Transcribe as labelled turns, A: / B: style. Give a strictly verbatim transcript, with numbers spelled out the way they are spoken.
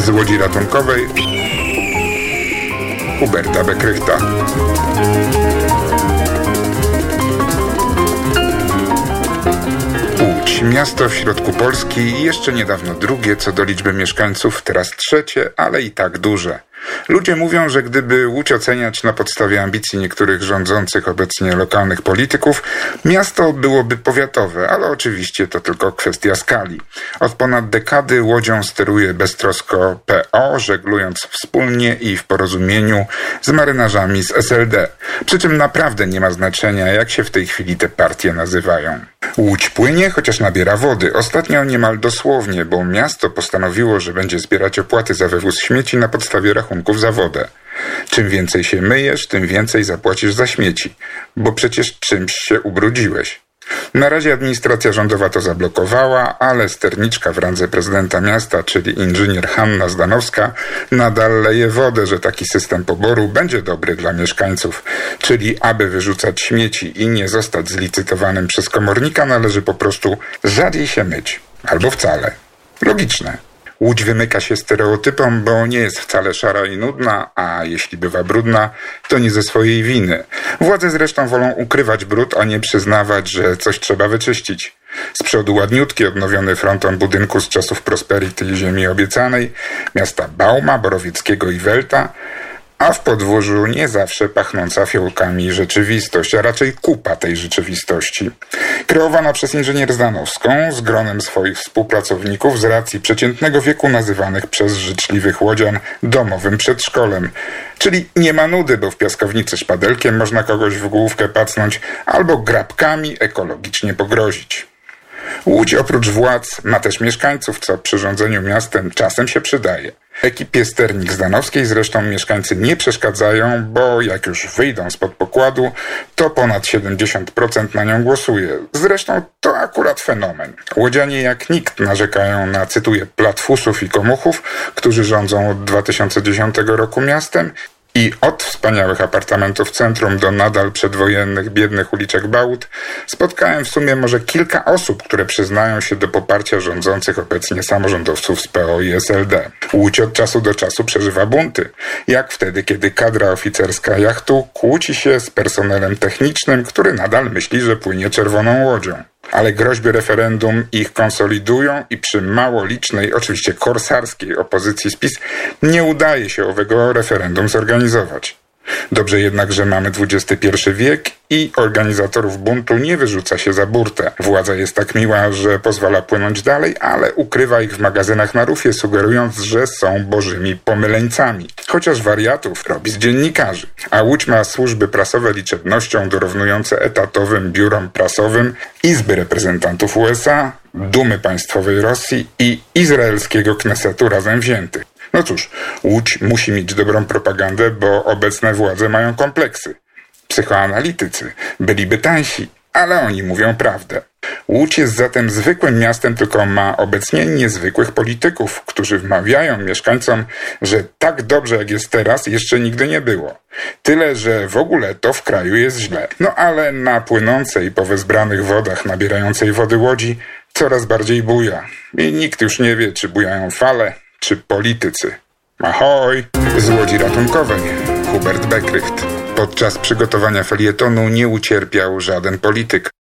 A: Z Łodzi Ratunkowej Huberta Bekrychta. Łódź, miasto w środku Polski i jeszcze niedawno drugie co do liczby mieszkańców, teraz trzecie, ale i tak duże. Ludzie mówią, że gdyby Łódź oceniać na podstawie ambicji niektórych rządzących obecnie lokalnych polityków, miasto byłoby powiatowe, ale oczywiście to tylko kwestia skali. Od ponad dekady Łodzią steruje beztrosko P O, żeglując wspólnie i w porozumieniu z marynarzami z S L D. Przy czym naprawdę nie ma znaczenia, jak się w tej chwili te partie nazywają. Łódź płynie, chociaż nabiera wody. Ostatnio niemal dosłownie, bo miasto postanowiło, że będzie zbierać opłaty za wywóz śmieci na podstawie rachunków za wodę. Czym więcej się myjesz, tym więcej zapłacisz za śmieci, bo przecież czymś się ubrudziłeś. Na razie administracja rządowa to zablokowała, ale sterniczka w randze prezydenta miasta, czyli inżynier Hanna Zdanowska, nadal leje wodę, że taki system poboru będzie dobry dla mieszkańców. Czyli aby wyrzucać śmieci i nie zostać zlicytowanym przez komornika, należy po prostu rzadziej się myć. Albo wcale. Logiczne. Łódź wymyka się stereotypom, bo nie jest wcale szara i nudna, a jeśli bywa brudna, to nie ze swojej winy. Władze zresztą wolą ukrywać brud, a nie przyznawać, że coś trzeba wyczyścić. Z przodu ładniutki, odnowiony fronton budynku z czasów Prosperity i ziemi obiecanej, miasta Bauma, Borowieckiego i Welta, a w podwórzu nie zawsze pachnąca fiołkami rzeczywistość, a raczej kupa tej rzeczywistości. Kreowana przez inżynier Zdanowską z gronem swoich współpracowników z racji przeciętnego wieku nazywanych przez życzliwych łodzian domowym przedszkolem. Czyli nie ma nudy, bo w piaskownicy szpadelkiem można kogoś w główkę pacnąć albo grabkami ekologicznie pogrozić. Łódź oprócz władz ma też mieszkańców, co przy rządzeniu miastem czasem się przydaje. Ekipie sternik Zdanowskiej zresztą mieszkańcy nie przeszkadzają, bo jak już wyjdą spod pokładu, to ponad siedemdziesiąt procent na nią głosuje. Zresztą to akurat fenomen. Łodzianie jak nikt narzekają na, cytuję, platfusów i komuchów, którzy rządzą od dwa tysiące dziesiątego roku miastem, i od wspaniałych apartamentów w centrum do nadal przedwojennych, biednych uliczek Bałut spotkałem w sumie może kilka osób, które przyznają się do poparcia rządzących obecnie samorządowców z P O i S L D. Łódź od czasu do czasu przeżywa bunty. Jak wtedy, kiedy kadra oficerska jachtu kłóci się z personelem technicznym, który nadal myśli, że płynie czerwoną łodzią. Ale groźby referendum ich konsolidują i przy mało licznej, oczywiście korsarskiej opozycji z PiS nie udaje się owego referendum zorganizować. Dobrze jednak, że mamy dwudziesty pierwszy wiek i organizatorów buntu nie wyrzuca się za burtę. Władza jest tak miła, że pozwala płynąć dalej, ale ukrywa ich w magazynach na rufie, sugerując, że są bożymi pomyleńcami. Chociaż wariatów robi z dziennikarzy. A Łódź ma służby prasowe liczebnością dorównujące etatowym biurom prasowym Izby Reprezentantów U S A, Dumy Państwowej Rosji i izraelskiego Knesetu razem wziętych. No cóż, Łódź musi mieć dobrą propagandę, bo obecne władze mają kompleksy. Psychoanalitycy byliby tańsi, ale oni mówią prawdę. Łódź jest zatem zwykłym miastem, tylko ma obecnie niezwykłych polityków, którzy wmawiają mieszkańcom, że tak dobrze jak jest teraz jeszcze nigdy nie było. Tyle, że w ogóle to w kraju jest źle. No ale na płynącej po wezbranych wodach nabierającej wody Łodzi coraz bardziej buja. I nikt już nie wie, czy bujają fale, czy politycy. Ahoj! Z Łodzi Ratunkowej Hubert Bekrycht. Podczas przygotowania felietonu nie ucierpiał żaden polityk.